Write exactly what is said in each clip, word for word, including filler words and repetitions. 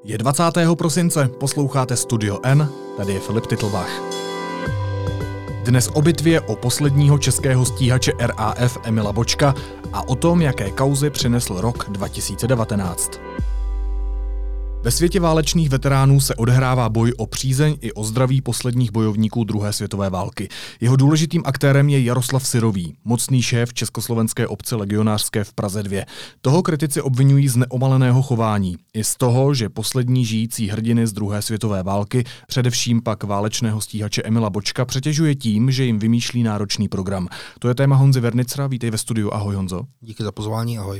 Je dvacátého prosince, posloucháte Studio N, tady je Filip Titlbach. Dnes o bitvě o posledního českého stíhače R A F Emila Bočka a o tom, jaké kauzy přinesl rok dva tisíce devatenáct. Ve světě válečných veteránů se odehrává boj o přízeň i o zdraví posledních bojovníků druhé světové války. Jeho důležitým aktérem je Jaroslav Syrový, mocný šéf československé obce legionářské v Praze dva. Toho kritici obvinují z neomaleného chování. I z toho, že poslední žijící hrdiny z druhé světové války, především pak válečného stíhače Emila Bočka, přetěžuje tím, že jim vymýšlí náročný program. To je téma Honzy Vernicra. Vítej ve studiu. Ahoj, Honzo. Díky za pozvání, ahoj.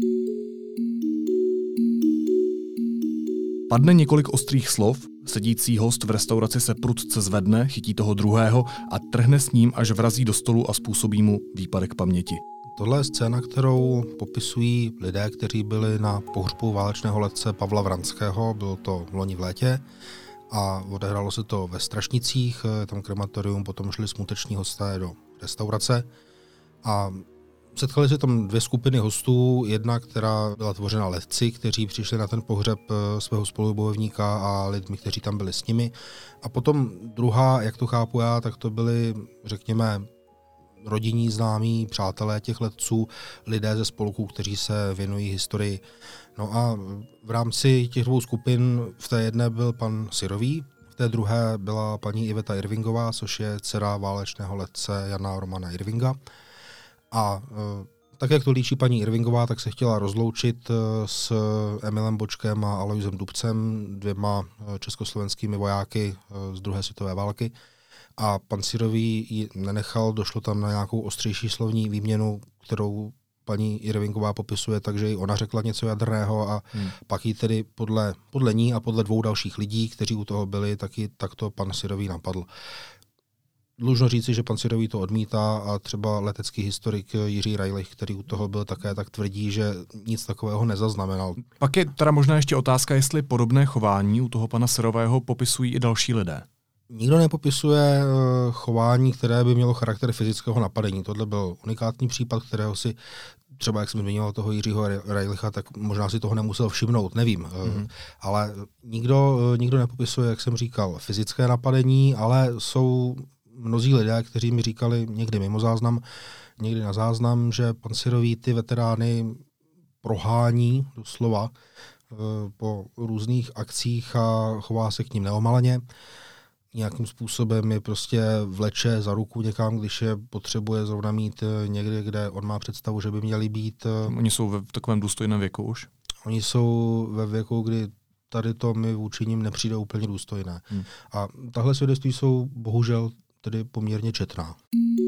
Padne několik ostrých slov, sedící host v restauraci se prudce zvedne, chytí toho druhého a trhne s ním, až vrazí do stolu a způsobí mu výpadek paměti. Tohle je scéna, kterou popisují lidé, kteří byli na pohřbu válečného letce Pavla Vranského, bylo to loni v létě a odehrálo se to ve Strašnicích, tam krematorium, potom šli smuteční hosté do restaurace a setkali se tam dvě skupiny hostů, jedna, která byla tvořena letci, kteří přišli na ten pohřeb svého spolubojovníka a lidmi, kteří tam byli s nimi. A potom druhá, jak to chápu já, tak to byli, řekněme, rodinní známí, přátelé těch letců, lidé ze spolků, kteří se věnují historii. No a v rámci těch dvou skupin v té jedné byl pan Syrový, v té druhé byla paní Iveta Irvingová, což je dcera válečného letce Jana Romana Irvinga. A tak, jak to líčí paní Irvingová, tak se chtěla rozloučit s Emilem Bočkem a Alojzem Dubcem, dvěma československými vojáky z druhé světové války. A pan Syrový ji nenechal, došlo tam na nějakou ostřejší slovní výměnu, kterou paní Irvingová popisuje, takže jí ona řekla něco jadrného a hmm. pak jí tedy podle, podle ní a podle dvou dalších lidí, kteří u toho byli, taky takto pan Syrový napadl. Dlužno říci, že pan Syrový to odmítá a třeba letecký historik Jiří Rajlich, který u toho byl také, tak tvrdí, že nic takového nezaznamenal. Pak je teda možná ještě otázka, jestli podobné chování u toho pana Syrového popisují i další lidé. Nikdo nepopisuje chování, které by mělo charakter fyzického napadení. Tohle byl unikátní případ, kterého si třeba, jak jsem zmiňoval toho Jiřího Rajlicha, tak možná si toho nemusel všimnout, nevím. Mm-hmm. Ale nikdo, nikdo nepopisuje, jak jsem říkal, fyzické napadení, ale jsou mnozí lidé, kteří mi říkali někdy mimo záznam, někdy na záznam, že pan Syrový ty veterány prohání doslova po různých akcích a chová se k nim neomaleně. Nějakým způsobem je prostě vleče za ruku někam, když je potřebuje zrovna mít někde, kde on má představu, že by měli být. Oni jsou v takovém důstojném věku už? Oni jsou ve věku, kdy tady to mi vůči nim nepřijde úplně důstojné. Hmm. A tahle svědectví jsou bohužel tedy poměrně četná.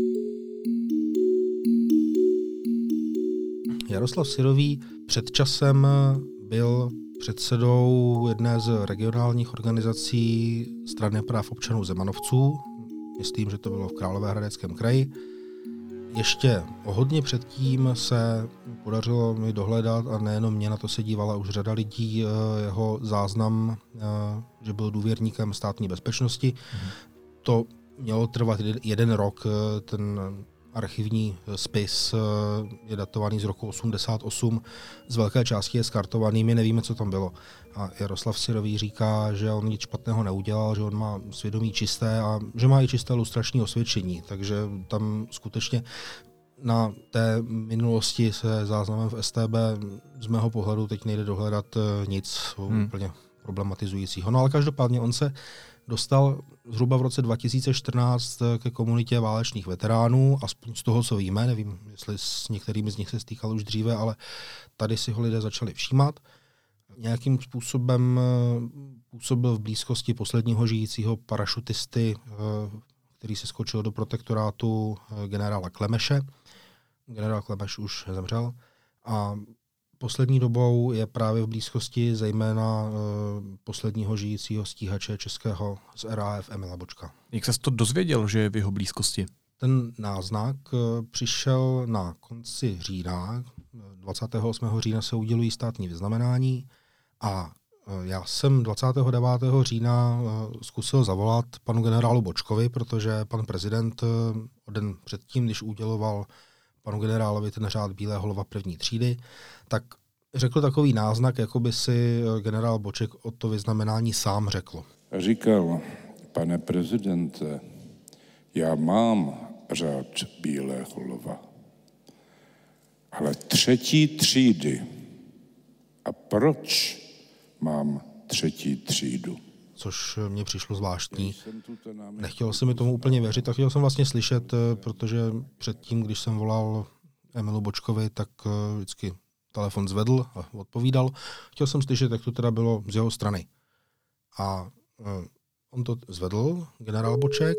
Jaroslav Syrový před časem byl předsedou jedné z regionálních organizací Strany práv občanů Zemanovců. Myslím, že to bylo v Královéhradeckém kraji. Ještě o hodně předtím se podařilo mi dohledat, a nejenom mě, na to se dívala už řada lidí, jeho záznam, že byl důvěrníkem státní bezpečnosti. Mhm. To mělo trvat jeden rok, ten archivní spis je datovaný z roku osmdesát osm, z velké části je skartovaný, my nevíme, co tam bylo. A Jaroslav Syrový říká, že on nic špatného neudělal, že on má svědomí čisté a že má i čisté lustrační osvědčení, takže tam skutečně na té minulosti se záznamem v S T B z mého pohledu teď nejde dohledat nic hmm. úplně problematizujícího. No ale každopádně on se dostal zhruba v roce dva tisíce čtrnáct ke komunitě válečných veteránů, aspoň z toho, co víme, nevím, jestli s některými z nich se stýkal už dříve, ale tady si ho lidé začali všímat. Nějakým způsobem působil v blízkosti posledního žijícího parašutisty, který se skočil do protektorátu generála Klemeše. Generál Klemeš už zemřel a poslední dobou je právě v blízkosti zejména uh, posledního žijícího stíhače českého z R A F Emila Bočka. Jak ses to dozvěděl, že je v jeho blízkosti? Ten náznak uh, přišel na konci října. dvacátého osmého října se udělují státní vyznamenání a uh, já jsem dvacátého devátého října uh, zkusil zavolat panu generálu Bočkovi, protože pan prezident uh, o den předtím, když uděloval panu generálovi ten řád Bílého lva první třídy, tak řekl takový náznak, jako by si generál Boček o to vyznamenání sám řekl. Říkal, pane prezidente, já mám řád bílého lva, ale třetí třídy. A proč mám třetí třídu? Což mě přišlo zvláštní. Nechtěl jsem mi tomu úplně věřit a chtěl jsem vlastně slyšet, protože předtím, když jsem volal Emilu Bočkovi, tak vždycky telefon zvedl a odpovídal. Chtěl jsem slyšet, jak to teda bylo z jeho strany. A on to zvedl, generál Boček.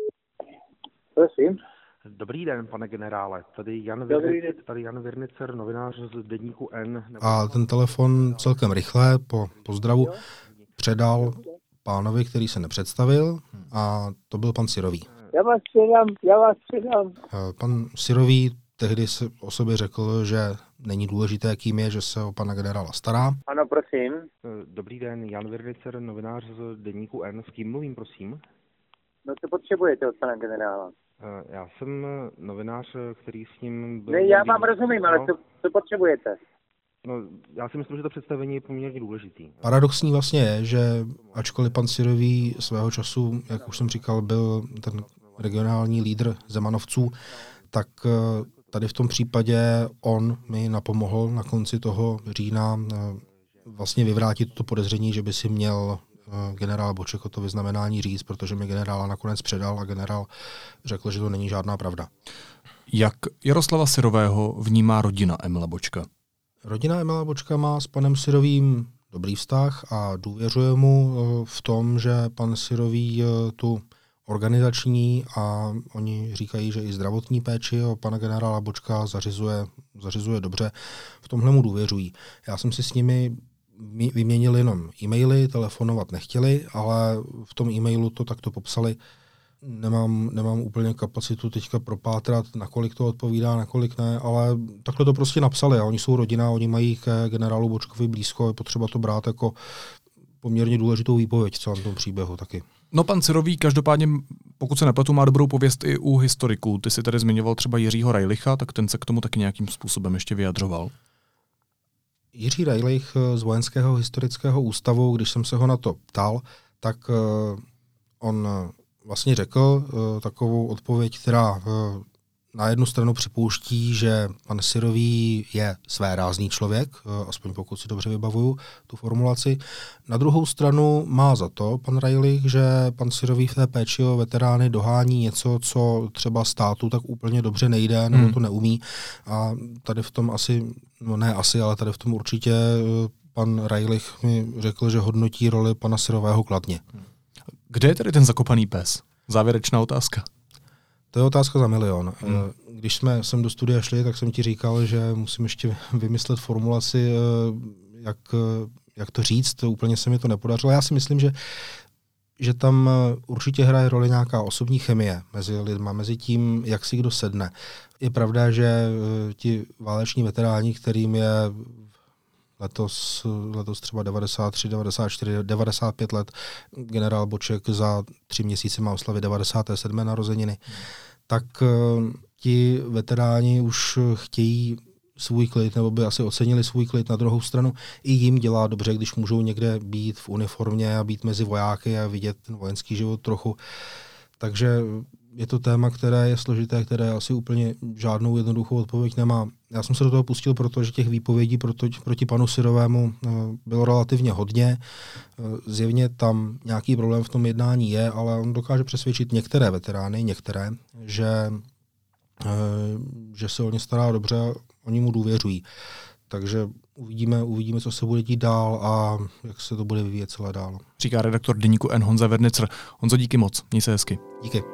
Prosím. Dobrý den, pane generále. Tady Jan, Virnic, tady Jan Virnicer, novinář z deníku N. A ten telefon celkem rychle po pozdravu předal pánovi, který se nepředstavil, a to byl pan Syrový. Já vás předám, já vás předám. Pan Syrový tehdy se o sobě řekl, že není důležité, kým je, že se o pana generála stará. Ano, prosím. Dobrý den, Jan Virnicer, novinář z deníku N. S kým mluvím, prosím? No, co potřebujete od pana generála? Já jsem novinář, který s ním byl... Ne, já vám rozumím, ale co, co potřebujete? No, já si myslím, že to představení je poměrně důležitý. Paradoxní vlastně je, že ačkoliv pan Syrový svého času, jak už jsem říkal, byl ten regionální lídr Zemanovců, tak tady v tom případě on mi napomohl na konci toho října vlastně vyvrátit to podezření, že by si měl generál Boček o to vyznamenání říct, protože mi generála nakonec předal a generál řekl, že to není žádná pravda. Jak Jaroslava Syrového vnímá rodina Emila Bočka? Rodina Emila Bočka má s panem Syrovým dobrý vztah a důvěřuje mu v tom, že pan Syrový tu organizační a oni říkají, že i zdravotní péči o pana generála Bočka zařizuje, zařizuje dobře. V tomhle mu důvěřují. Já jsem si s nimi vyměnili jenom e-maily, telefonovat nechtěli, ale v tom e-mailu to takto popsali. Nemám, nemám úplně kapacitu teďka propátrat, nakolik to odpovídá, nakolik ne, ale takhle to prostě napsali a oni jsou rodina, oni mají ke generálu Bočkovi blízko, je potřeba to brát jako poměrně důležitou výpověď v celém tom příběhu taky. No, pan Syrový každopádně, pokud se nepletu, má dobrou pověst i u historiků. Ty si tady zmiňoval třeba Jiřího Rajlicha, tak ten se k tomu taky nějakým způsobem ještě vyjadřoval. Jiří Rajlich z Vojenského historického ústavu, když jsem se ho na to ptal, tak on vlastně řekl takovou odpověď, která na jednu stranu připouští, že pan Syrový je svérázný člověk, aspoň pokud si dobře vybavuju tu formulaci. Na druhou stranu má za to pan Rajlich, že pan Syrový v té péči o veterány dohání něco, co třeba státu tak úplně dobře nejde, nebo to neumí. A tady v tom asi, no ne asi, ale tady v tom určitě pan Rajlich mi řekl, že hodnotí roli pana Syrového kladně. Kde je tedy ten zakopaný pes? Závěrečná otázka. To je otázka za milion. Hmm. Když jsme sem do studia šli, tak jsem ti říkal, že musím ještě vymyslet formulaci, jak, jak to říct. To úplně se mi to nepodařilo. Já si myslím, že, že tam určitě hraje roli nějaká osobní chemie mezi lidma, mezi tím, jak si kdo sedne. Je pravda, že ti váleční veteráni, kterým je letos, letos třeba devadesát tři, devadesát čtyři, devadesát pět let, generál Boček za tři měsíce má oslavit devadesáté sedmé narozeniny, tak ti veteráni už chtějí svůj klid, nebo by asi ocenili svůj klid. Na druhou stranu i jim dělá dobře, když můžou někde být v uniformě a být mezi vojáky a vidět ten vojenský život trochu. Takže je to téma, které je složité, které asi úplně žádnou jednoduchou odpověď nemá. Já jsem se do toho pustil, protože těch výpovědí proti, proti panu Syrovému bylo relativně hodně. Zjevně tam nějaký problém v tom jednání je, ale on dokáže přesvědčit některé veterány, některé, že, že se o ně stará dobře, oni mu důvěřují. Takže uvidíme, uvidíme, co se bude dít dál a jak se to bude vyvíjet celé dál. Říká redaktor deníku N Honza Virnicer. Honzo, díky moc. Měj se hezky. Díky.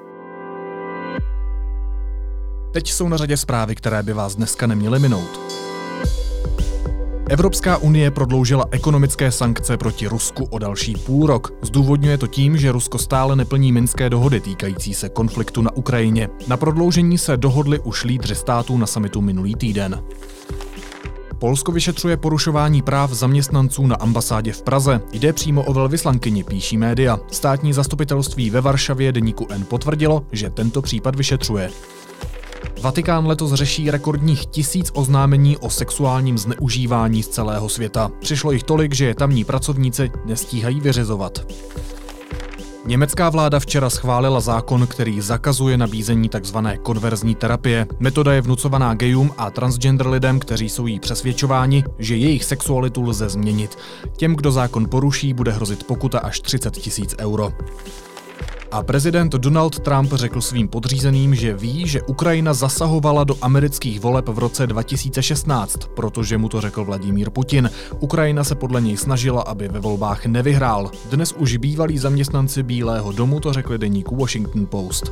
Teď jsou na řadě zprávy, které by vás dneska neměly minout. Evropská unie prodloužila ekonomické sankce proti Rusku o další půl rok. Zdůvodňuje to tím, že Rusko stále neplní minské dohody týkající se konfliktu na Ukrajině. Na prodloužení se dohodli už lídři států na summitu minulý týden. Polsko vyšetřuje porušování práv zaměstnanců na ambasádě v Praze. Jde přímo o velvyslankyni, píší média. Státní zastupitelství ve Varšavě deníku N potvrdilo, že tento případ vyšetřuje. Vatikán letos řeší rekordních tisíc oznámení o sexuálním zneužívání z celého světa. Přišlo jich tolik, že je tamní pracovníci nestíhají vyřizovat. Německá vláda včera schválila zákon, který zakazuje nabízení tzv. Konverzní terapie. Metoda je vnucovaná gayům a transgender lidem, kteří jsou jí přesvědčováni, že jejich sexualitu lze změnit. Těm, kdo zákon poruší, bude hrozit pokuta až třicet tisíc euro. A prezident Donald Trump řekl svým podřízeným, že ví, že Ukrajina zasahovala do amerických voleb v roce dva tisíce šestnáct, protože mu to řekl Vladimír Putin. Ukrajina se podle něj snažila, aby ve volbách nevyhrál. Dnes už bývalí zaměstnanci Bílého domu to řekli deníku Washington Post.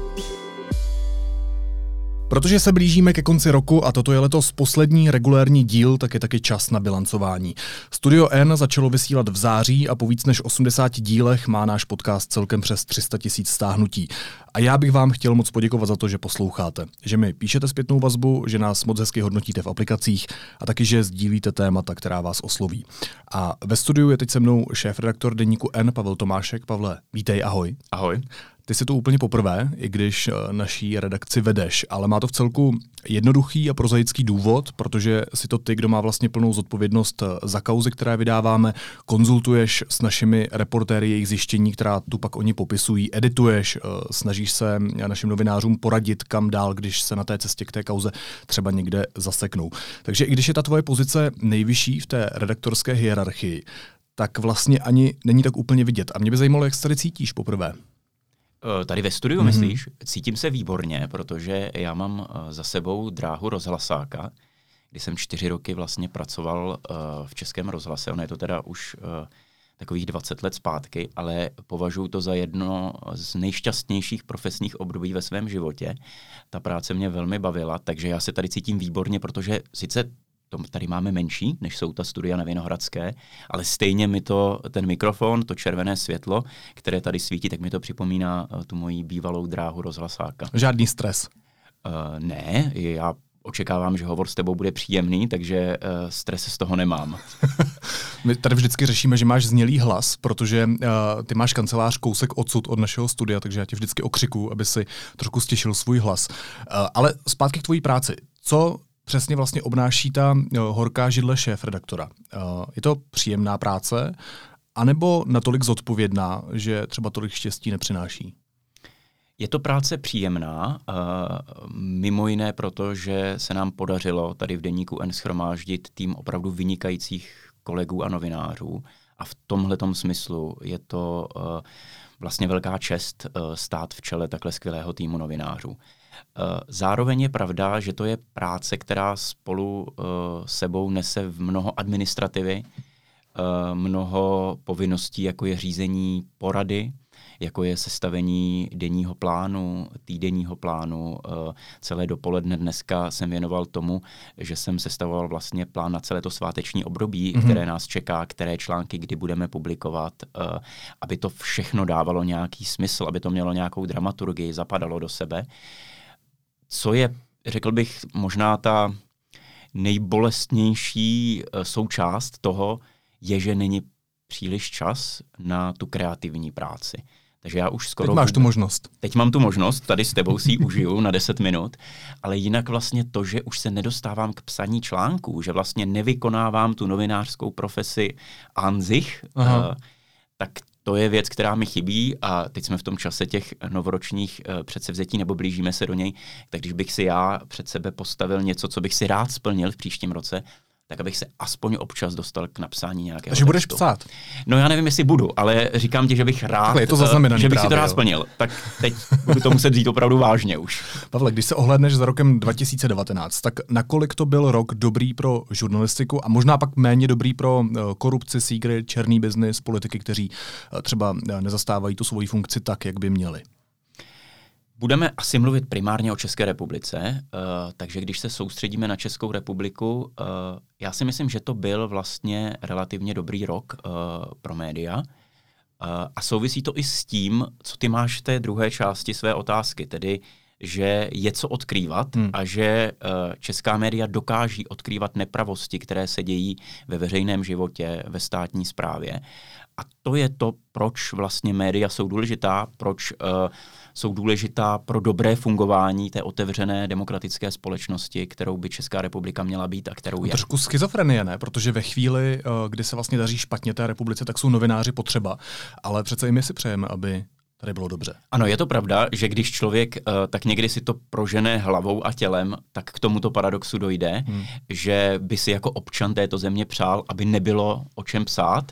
Protože se blížíme ke konci roku a toto je letos poslední regulérní díl, tak je taky čas na bilancování. Studio N začalo vysílat v září a po víc než osmdesáti dílech má náš podcast celkem přes tři sta tisíc stáhnutí. A já bych vám chtěl moc poděkovat za to, že posloucháte, že mi píšete zpětnou vazbu, že nás moc hezky hodnotíte v aplikacích a taky, že sdílíte témata, která vás osloví. A ve studiu je teď se mnou šéfredaktor deníku N Pavel Tomášek. Pavle, vítej, ahoj. Ahoj. Ty jsi to úplně poprvé, i když naší redakci vedeš, ale má to v celku jednoduchý a prozaický důvod, protože si to ty, kdo má vlastně plnou zodpovědnost za kauzy, které vydáváme, konzultuješ s našimi reportéry jejich zjištění, která tu pak oni popisují, edituješ, snažíš se našim novinářům poradit, kam dál, když se na té cestě k té kauze třeba někde zaseknou. Takže i když je ta tvoje pozice nejvyšší v té redaktorské hierarchii, tak vlastně ani není tak úplně vidět. A mě by zajímalo, jak se tady cítíš poprvé. Tady ve studiu, mm-hmm. myslíš? Cítím se výborně, protože já mám za sebou dráhu rozhlasáka, kdy jsem čtyři roky vlastně pracoval v Českém rozhlase. Ono je to teda už takových dvacet let zpátky, ale považuji to za jedno z nejšťastnějších profesních období ve svém životě. Ta práce mě velmi bavila, takže já se tady cítím výborně, protože sice to tady máme menší, než jsou ta studia na Vinohradské, ale stejně mi to, ten mikrofon, to červené světlo, které tady svítí, tak mi to připomíná uh, tu moji bývalou dráhu rozhlasáka. Žádný stres? Uh, ne, já očekávám, že hovor s tebou bude příjemný, takže uh, stres z toho nemám. My tady vždycky řešíme, že máš znělý hlas, protože uh, ty máš kancelář kousek odsud od našeho studia, takže já tě vždycky okřikuju, aby si trošku stěšil svůj hlas. Uh, ale zpátky k tvojí práci. Co přesně vlastně obnáší ta horká židle šéfredaktora? Je to příjemná práce, anebo natolik zodpovědná, že třeba tolik štěstí nepřináší? Je to práce příjemná, mimo jiné proto, že se nám podařilo tady v deníku N shromáždit tým opravdu vynikajících kolegů a novinářů. A v tomhletom smyslu je to vlastně velká čest stát v čele takhle skvělého týmu novinářů. Zároveň je pravda, že to je práce, která spolu uh, sebou nese v mnoho administrativy, uh, mnoho povinností, jako je řízení porady, jako je sestavení denního plánu, týdenního plánu. Uh, celé dopoledne dneska jsem věnoval tomu, že jsem sestavoval vlastně plán na celé to sváteční období, mm-hmm. které nás čeká, které články kdy budeme publikovat, uh, aby to všechno dávalo nějaký smysl, aby to mělo nějakou dramaturgii, zapadalo do sebe. Co je, řekl bych, možná ta nejbolestnější součást toho, je, že není příliš čas na tu kreativní práci. Takže já už skoro... Teď máš tu možnost. Teď mám tu možnost, tady s tebou si ji užiju na deset minut, ale jinak vlastně to, že už se nedostávám k psaní článků, že vlastně nevykonávám tu novinářskou profesi an sich, uh, tak to je věc, která mi chybí a teď jsme v tom čase těch novoročních uh, předsevzetí nebo blížíme se do něj, tak když bych si já před sebe postavil něco, co bych si rád splnil v příštím roce, tak abych se aspoň občas dostal k napsání nějakého Takže textu. Budeš psát? No já nevím, jestli budu, ale říkám ti, že bych rád, Takhle, je to že bych právě, si to rád jo. splnil. Tak teď budu to muset vzít opravdu vážně už. Pavle, když se ohlédneš za rokem dva tisíce devatenáct, tak nakolik to byl rok dobrý pro žurnalistiku a možná pak méně dobrý pro korupci, sígry, černý biznis, politiky, kteří třeba nezastávají tu svoji funkci tak, jak by měli? Budeme asi mluvit primárně o České republice, uh, takže když se soustředíme na Českou republiku, uh, já si myslím, že to byl vlastně relativně dobrý rok uh, pro média. Uh, a souvisí to i s tím, co ty máš v té druhé části své otázky, tedy že je co odkrývat hmm. a že uh, česká média dokáží odkrývat nepravosti, které se dějí ve veřejném životě, ve státní správě. A to je to, proč vlastně média jsou důležitá, proč uh, jsou důležitá pro dobré fungování té otevřené demokratické společnosti, kterou by Česká republika měla být a kterou je. Trošku schizofrenie, ne? Protože ve chvíli, kdy se vlastně daří špatně té republice, tak jsou novináři potřeba. Ale přece i my si přejeme, aby tady bylo dobře. Ano, je to pravda, že když člověk uh, tak někdy si to prožene hlavou a tělem, tak k tomuto paradoxu dojde, hmm. že by si jako občan této země přál, aby nebylo o čem psát,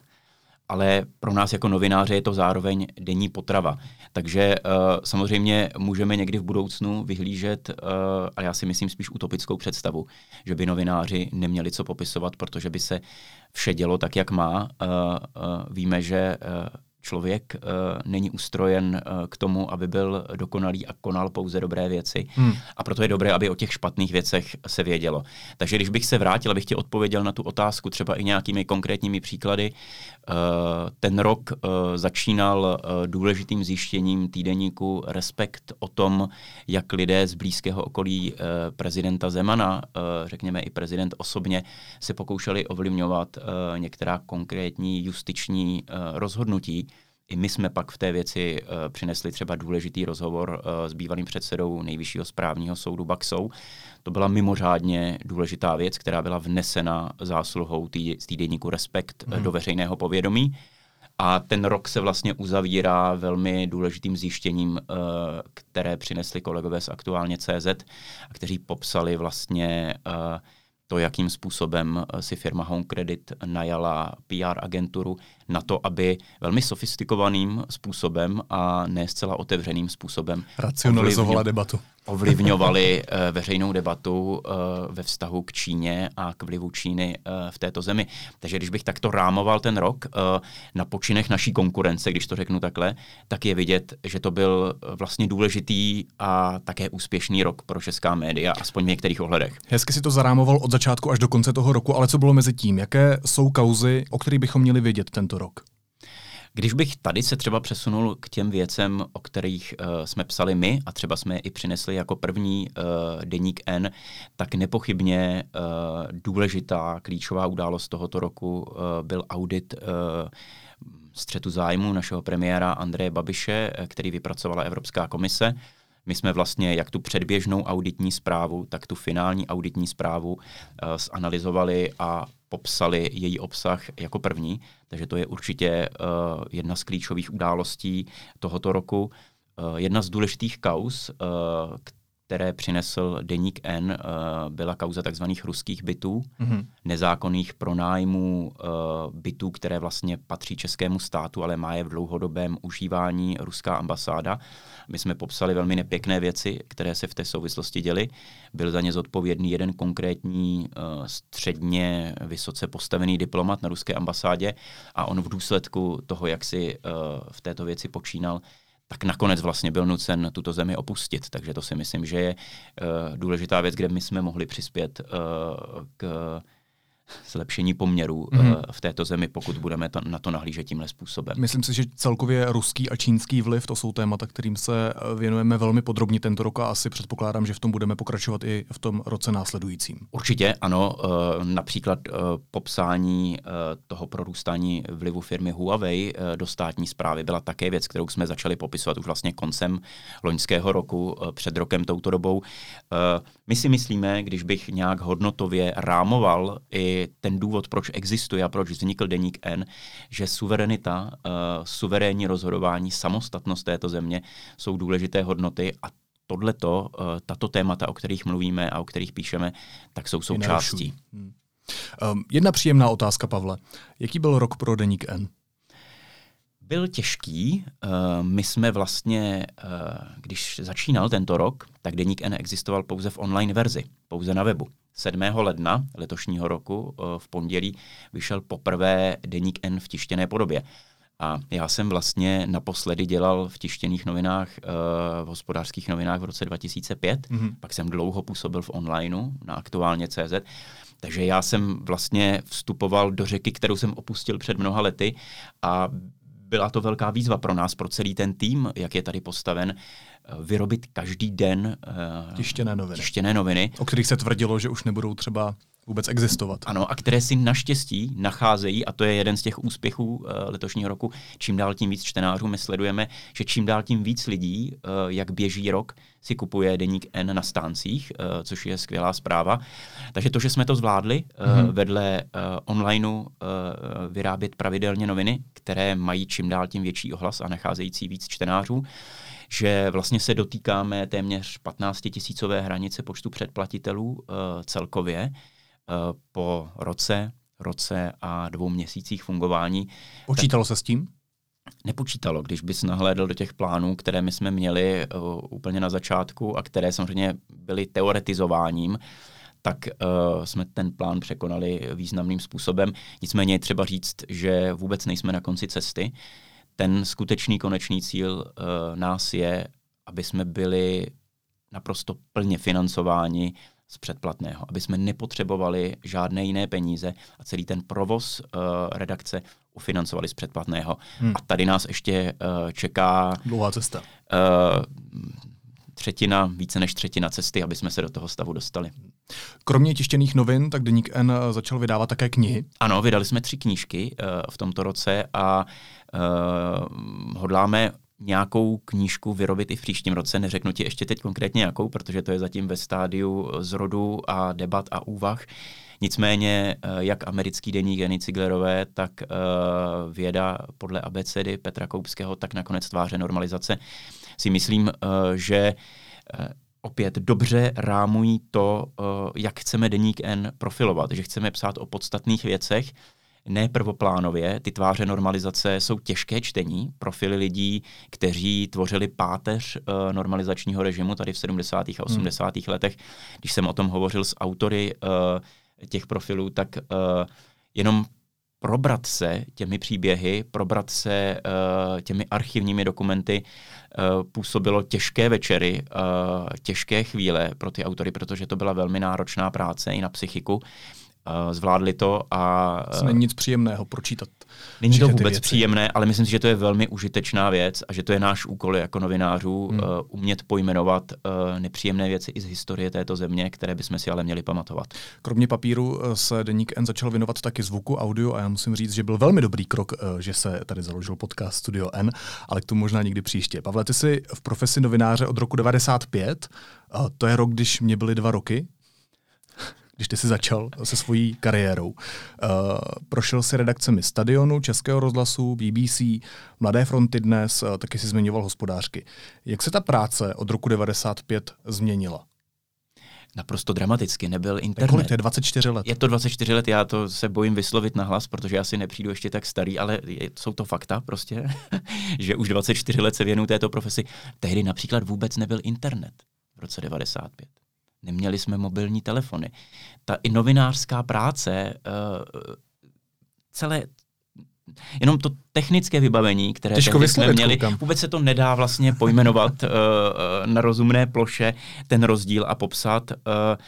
ale pro nás jako novináře je to zároveň denní potrava. Takže uh, samozřejmě můžeme někdy v budoucnu vyhlížet, uh, a já si myslím spíš utopickou představu, že by novináři neměli co popisovat, protože by se vše dělo tak, jak má. Uh, uh, víme, že uh, člověk uh, není ustrojen uh, k tomu, aby byl dokonalý a konal pouze dobré věci. Hmm. A proto je dobré, aby o těch špatných věcech se vědělo. Takže když bych se vrátil, abych ti odpověděl na tu otázku třeba i nějakými konkrétními příklady, uh, ten rok uh, začínal uh, důležitým zjištěním týdeníku Respekt o tom, jak lidé z blízkého okolí uh, prezidenta Zemana, uh, řekněme i prezident osobně, se pokoušeli ovlivňovat uh, některá konkrétní justiční uh, rozhodnutí. I my jsme pak v té věci uh, přinesli třeba důležitý rozhovor uh, s bývalým předsedou Nejvyššího správního soudu Baxou. To byla mimořádně důležitá věc, která byla vnesena zásluhou tý, z týdeníku Respekt hmm. do veřejného povědomí. A ten rok se vlastně uzavírá velmi důležitým zjištěním, uh, které přinesli kolegové z Aktuálně tečka cé zet, kteří popsali vlastně uh, to, jakým způsobem si firma Home Credit najala P R agenturu na to, aby velmi sofistikovaným způsobem a ne zcela otevřeným způsobem racionalizovala debatu. ovlivňovali uh, veřejnou debatu uh, ve vztahu k Číně a k vlivu Číny uh, v této zemi. Takže když bych takto rámoval ten rok uh, na počinech naší konkurence, když to řeknu takhle, tak je vidět, že to byl vlastně důležitý a také úspěšný rok pro česká média, aspoň v některých ohledech. Hezky si to zarámoval od začátku až do konce toho roku, ale co bylo mezi tím? Jaké jsou kauzy, o kterých bychom měli vědět tento rok? Když bych tady se třeba přesunul k těm věcem, o kterých uh, jsme psali my a třeba jsme je i přinesli jako první uh, deník N, tak nepochybně uh, důležitá klíčová událost tohoto roku uh, byl audit uh, střetu zájmu našeho premiéra Andreje Babiše, který vypracovala Evropská komise. My jsme vlastně jak tu předběžnou auditní zprávu, tak tu finální auditní zprávu uh, zanalyzovali a popsali její obsah jako první, takže to je určitě uh, jedna z klíčových událostí tohoto roku. Uh, jedna z důležitých kauz, uh, které přinesl deník N, uh, byla kauza takzvaných ruských bytů, mm-hmm. nezákonných pronájmů uh, bytů, které vlastně patří českému státu, ale má je v dlouhodobém užívání ruská ambasáda. My jsme popsali velmi nepěkné věci, které se v té souvislosti děly. Byl za ně zodpovědný jeden konkrétní uh, středně vysoce postavený diplomat na ruské ambasádě a on v důsledku toho, jak si uh, v této věci počínal, tak nakonec vlastně byl nucen tuto zemi opustit. Takže to si myslím, že je uh, důležitá věc, kde my jsme mohli přispět uh, k zlepšení poměrů mm-hmm. uh, v této zemi, pokud budeme to, na to nahlížet tímhle způsobem. Myslím si, že celkově ruský a čínský vliv, to jsou témata, kterým se věnujeme velmi podrobně tento rok a asi předpokládám, že v tom budeme pokračovat i v tom roce následujícím. Určitě, ano. Uh, například uh, popsání uh, toho prorůstání vlivu firmy Huawei uh, do státní správy byla také věc, kterou jsme začali popisovat už vlastně koncem loňského roku, uh, před rokem touto dobou. Uh, my si myslíme, když bych nějak hodnotově rámoval i ten důvod, proč existuje a proč vznikl deník N, že suverenita, uh, suverénní rozhodování, samostatnost této země jsou důležité hodnoty a tohleto, uh, tato témata, o kterých mluvíme a o kterých píšeme, tak jsou součástí. Hmm. Um, jedna příjemná otázka, Pavle. Jaký byl rok pro deník N? Byl těžký. Uh, my jsme vlastně, uh, když začínal tento rok, tak deník N existoval pouze v online verzi, pouze na webu. sedmého ledna letošního roku v pondělí vyšel poprvé deník N v tištěné podobě. A já jsem vlastně naposledy dělal v tištěných novinách, v hospodářských novinách v roce dva tisíce pět, mm-hmm. pak jsem dlouho působil v onlineu na Aktuálně tečka cé zet, takže já jsem vlastně vstupoval do řeky, kterou jsem opustil před mnoha lety a byla to velká výzva pro nás, pro celý ten tým, jak je tady postaven, vyrobit každý den tištěné noviny. tištěné noviny, o kterých se tvrdilo, že už nebudou třeba vůbec existovat. Ano, a které si naštěstí nacházejí, a to je jeden z těch úspěchů uh, letošního roku, čím dál tím víc čtenářů, my sledujeme, že čím dál tím víc lidí, uh, jak běží rok, si kupuje deník N na stáncích, uh, což je skvělá zpráva. Takže to, že jsme to zvládli uh, mm-hmm. vedle uh, onlineu uh, vyrábět pravidelně noviny, které mají čím dál tím větší ohlas a nacházející víc čtenářů, že vlastně se dotýkáme téměř patnáctitisícové hranice počtu předplatitelů uh, celkově, po roce, roce a dvou měsících fungování. Počítalo se s tím? Nepočítalo, když bys nahlédl do těch plánů, které my jsme měli uh, úplně na začátku a které samozřejmě byly teoretizováním, tak uh, jsme ten plán překonali významným způsobem. Nicméně je třeba říct, že vůbec nejsme na konci cesty. Ten skutečný konečný cíl uh, nás je, aby jsme byli naprosto plně financováni z předplatného, aby jsme nepotřebovali žádné jiné peníze a celý ten provoz uh, redakce ufinancovali z předplatného. Hmm. A tady nás ještě uh, čeká dlouhá cesta. Uh, třetina, více než třetina cesty, aby jsme se do toho stavu dostali. Kromě tištěných novin, tak deník N začal vydávat také knihy. Ano, vydali jsme tři knížky uh, v tomto roce a uh, hodláme nějakou knížku vyrobit i v příštím roce. Neřeknu ti ještě teď konkrétně jakou, protože to je zatím ve stádiu zrodu a debat a úvah. Nicméně, jak americký deník Jany Ciglerové, tak uh, věda podle abecedy Petra Koupského, tak nakonec tváře normalizace, si myslím, uh, že uh, opět dobře rámují to, uh, jak chceme deník N profilovat, že chceme psát o podstatných věcech, ne prvoplánově. Ty tváře normalizace jsou těžké čtení, profily lidí, kteří tvořili páteř uh, normalizačního režimu tady v sedmdesátých a osmdesátých Hmm. letech. Když jsem o tom hovořil s autory uh, těch profilů, tak uh, jenom probrat se těmi příběhy, probrat se uh, těmi archivními dokumenty uh, působilo těžké večery, uh, těžké chvíle pro ty autory, protože to byla velmi náročná práce i na psychiku. Uh, zvládli to a... Uh, není nic příjemného pročítat. Není to vůbec příjemné, ale myslím si, že to je velmi užitečná věc a že to je náš úkol jako novinářů hmm. uh, umět pojmenovat uh, nepříjemné věci i z historie této země, které bychom si ale měli pamatovat. Kromě papíru se deník N začal věnovat taky zvuku, audio a já musím říct, že byl velmi dobrý krok, uh, že se tady založil podcast Studio N, ale k tomu možná někdy příště. Pavle, ty jsi v profesi novináře od roku devadesát pět, uh, to je rok, když mě byly dva roky. Když ty jsi začal se svojí kariérou. Uh, prošel si redakcemi Stadionu, Českého rozhlasu, B B C, Mladé fronty Dnes, uh, taky si zmiňoval Hospodářky. Jak se ta práce od roku devadesát pět změnila? Naprosto dramaticky, nebyl internet. Kolik to je? dvacet čtyři let? Je to dvacet čtyři let, já to se bojím vyslovit nahlas, protože já si nepřijdu ještě tak starý, ale je, jsou to fakta prostě, že už dvacet čtyři let se věnuju této profesi. Tehdy například vůbec nebyl internet v roce devadesát pět. Neměli jsme mobilní telefony. Ta i novinářská práce, uh, celé, jenom to technické vybavení, které jsme měli, koukám. Vůbec se to nedá vlastně pojmenovat uh, na rozumné ploše, ten rozdíl a popsat. Uh,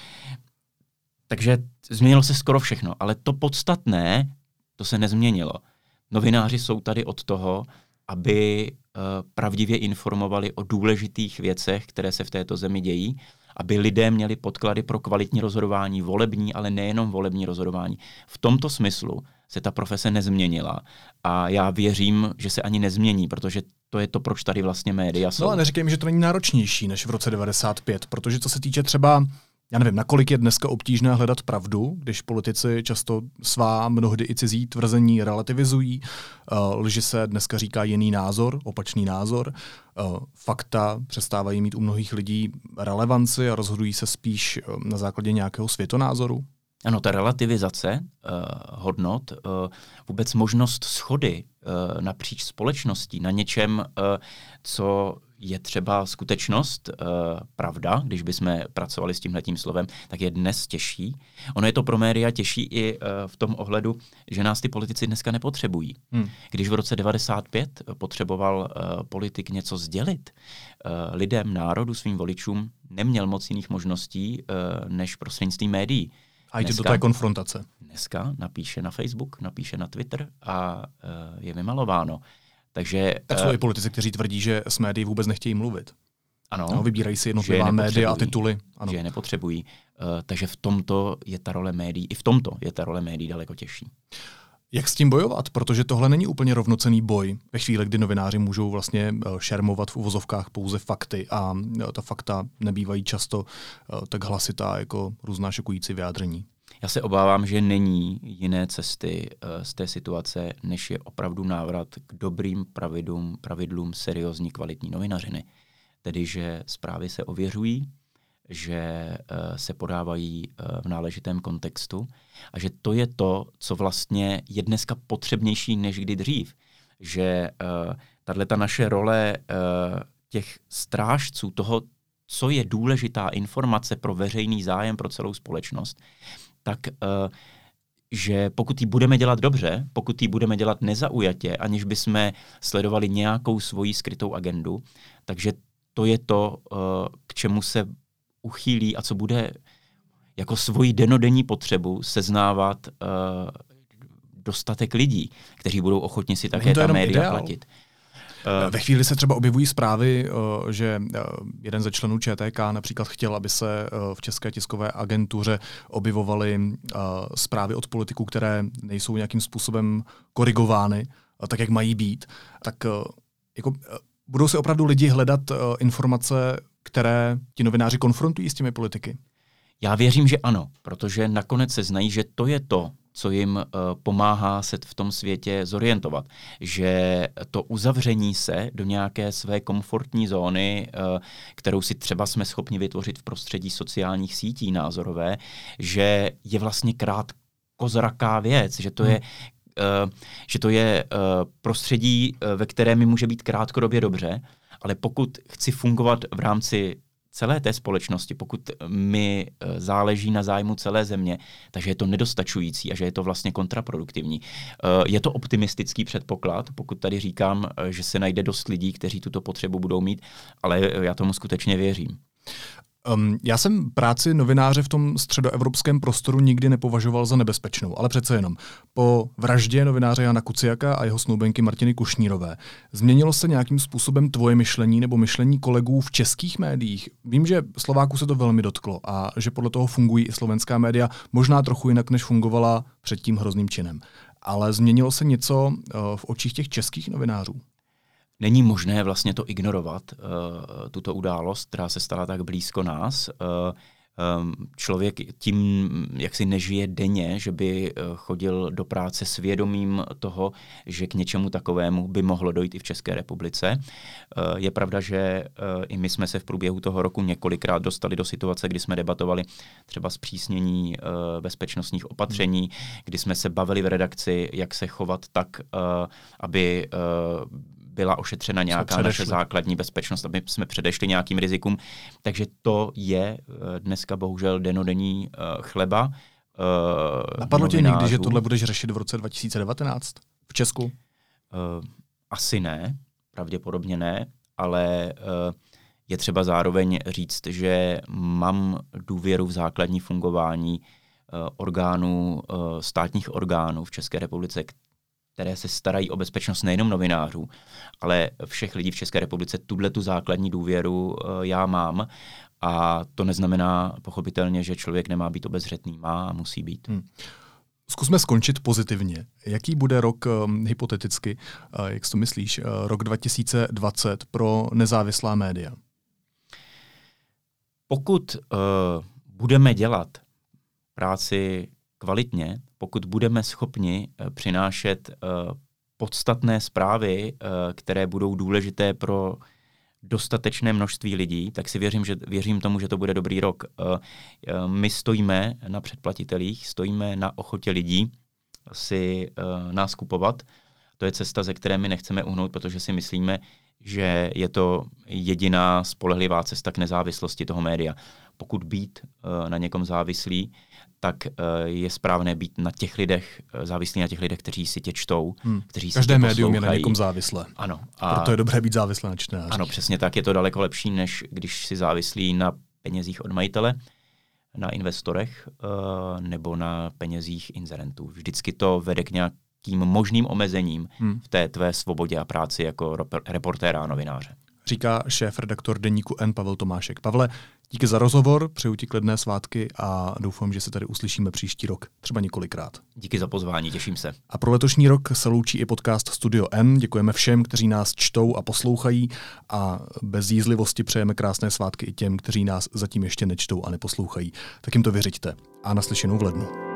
takže změnilo se skoro všechno, ale to podstatné, to se nezměnilo. Novináři jsou tady od toho, aby uh, pravdivě informovali o důležitých věcech, které se v této zemi dějí, aby lidé měli podklady pro kvalitní rozhodování, volební, ale nejenom volební rozhodování. V tomto smyslu se ta profese nezměnila a já věřím, že se ani nezmění, protože to je to, proč tady vlastně média jsou. No a neříkej mi, že to není náročnější než v roce devadesát pět, protože co se týče třeba, já nevím, nakolik je dneska obtížné hledat pravdu, když politici často svá, mnohdy i cizí tvrzení relativizují, uh, lži se dneska říká jiný názor, opačný názor, uh, fakta přestávají mít u mnohých lidí relevanci a rozhodují se spíš uh, na základě nějakého světonázoru. Ano, ta relativizace uh, hodnot, uh, vůbec možnost shody uh, napříč společností na něčem, uh, co je třeba skutečnost, uh, pravda, když bychom pracovali s tímhletím slovem, tak je dnes těžší. Ono je to pro média těžší i uh, v tom ohledu, že nás ty politici dneska nepotřebují. Hmm. Když v roce devadesát pět potřeboval uh, politik něco sdělit uh, lidem, národu, svým voličům, neměl moc jiných možností, uh, než prostřednictvím médií. A jde do té konfrontace. Dneska napíše na Facebook, napíše na Twitter a uh, je vymalováno. Takže, tak jsou uh, i politici, kteří tvrdí, že s médií vůbec nechtějí mluvit. Ano. No, vybírají si jednotlivá média a tituly. Ano. Že je nepotřebují. Uh, takže v tomto je ta role médií, i v tomto je ta role médií daleko těžší. Jak s tím bojovat? Protože tohle není úplně rovnocenný boj ve chvíli, kdy novináři můžou vlastně šermovat v uvozovkách pouze fakty a ta fakta nebývají často tak hlasitá jako různá šokující vyjádření. Já se obávám, že není jiné cesty z té situace, než je opravdu návrat k dobrým pravidlům, pravidlům seriózní kvalitní novinařiny. Tedy, že zprávy se ověřují, že se podávají v náležitém kontextu a že to je to, co vlastně je dneska potřebnější než kdy dřív. Že tato naše role těch strážců toho, co je důležitá informace pro veřejný zájem, pro celou společnost, tak že pokud ji budeme dělat dobře, pokud ji budeme dělat nezaujatě, aniž bychom sledovali nějakou svoji skrytou agendu, takže to je to, k čemu se uchýlí a co bude jako svoji denodenní potřebu seznávat uh, dostatek lidí, kteří budou ochotni si také ta média ideál. platit. Uh, Ve chvíli se třeba objevují zprávy, uh, že uh, jeden ze členů Č T K například chtěl, aby se uh, v České tiskové agentuře objevovaly uh, zprávy od politiků, které nejsou nějakým způsobem korigovány, uh, tak jak mají být. Tak uh, jako, uh, budou se opravdu lidi hledat uh, informace, které ti novináři konfrontují s těmi politiky? Já věřím, že ano, protože nakonec se znají, že to je to, co jim uh, pomáhá se v tom světě zorientovat. Že to uzavření se do nějaké své komfortní zóny, uh, kterou si třeba jsme schopni vytvořit v prostředí sociálních sítí názorové, že je vlastně krátkozraká věc, že to hmm. je Uh, že to je uh, prostředí, uh, ve kterém mi může být krátkodobě dobře, ale pokud chci fungovat v rámci celé té společnosti, pokud mi uh, záleží na zájmu celé země, takže je to nedostačující a že je to vlastně kontraproduktivní. Uh, je to optimistický předpoklad, pokud tady říkám, uh, že se najde dost lidí, kteří tuto potřebu budou mít, ale uh, já tomu skutečně věřím. Um, já jsem práci novináře v tom středoevropském prostoru nikdy nepovažoval za nebezpečnou, ale přece jenom. Po vraždě novináře Jana Kuciaka a jeho snoubenky Martiny Kušnírové změnilo se nějakým způsobem tvoje myšlení nebo myšlení kolegů v českých médiích? Vím, že Slováků se to velmi dotklo a že podle toho fungují i slovenská média možná trochu jinak, než fungovala před tím hrozným činem. Ale změnilo se něco uh, v očích těch českých novinářů? Není možné vlastně to ignorovat, uh, tuto událost, která se stala tak blízko nás. Uh, um, člověk tím, jak si nežije denně, že by uh, chodil do práce s vědomím toho, že k něčemu takovému by mohlo dojít i v České republice. Uh, je pravda, že uh, i my jsme se v průběhu toho roku několikrát dostali do situace, kdy jsme debatovali třeba zpřísnění uh, bezpečnostních opatření, kdy jsme se bavili v redakci, jak se chovat tak, uh, aby uh, byla ošetřena nějaká naše základní bezpečnost, aby jsme předešli nějakým rizikům. Takže to je dneska bohužel denodenní uh, chleba uh, Napadlo tě někdy, že tohle budeš řešit v roce dva tisíce devatenáct v Česku? Uh, asi ne, pravděpodobně ne, ale uh, je třeba zároveň říct, že mám důvěru v základní fungování uh, orgánů, uh, státních orgánů v České republice, které se starají o bezpečnost nejenom novinářů, ale všech lidí v České republice. Tuhle tu základní důvěru uh, já mám a to neznamená pochopitelně, že člověk nemá být obezřetný. Má a musí být. Hmm. Zkusme skončit pozitivně. Jaký bude rok, um, hypoteticky, uh, jak jsi to myslíš, uh, rok dva tisíce dvacet pro nezávislá média? Pokud uh, budeme dělat práci kvalitně, pokud budeme schopni uh, přinášet uh, podstatné zprávy, uh, které budou důležité pro dostatečné množství lidí, tak si věřím, že, věřím tomu, že to bude dobrý rok. Uh, uh, my stojíme na předplatitelích, stojíme na ochotě lidí si uh, nás kupovat. To je cesta, ze které my nechceme uhnout, protože si myslíme, že je to jediná spolehlivá cesta k nezávislosti toho média. Pokud být uh, na někom závislý, tak uh, je správné být na těch lidech, uh, závislý na těch lidech, kteří si tě čtou, hmm. kteří si Každé tě médium je na někom závislé. Ano. A proto je dobré být závislé na čtenářích. Ano, přesně tak. Je to daleko lepší, než když si závislí na penězích od majitele, na investorech uh, nebo na penězích inzerentů. Vždycky to vede k nějak tím možným omezením hmm. v té tvé svobodě a práci jako reportéra a novináře. Říká šéf-redaktor deníku N Pavel Tomášek. Pavle, díky za rozhovor, přeju ti klidné svátky a doufám, že se tady uslyšíme příští rok, třeba několikrát. Díky za pozvání, těším se. A pro letošní rok se loučí i podcast Studio N. Děkujeme všem, kteří nás čtou a poslouchají a bez jízlivosti přejeme krásné svátky i těm, kteří nás zatím ještě nečtou a neposlouchají. Tak jim to vyřiďte. A naslyšenou v lednu.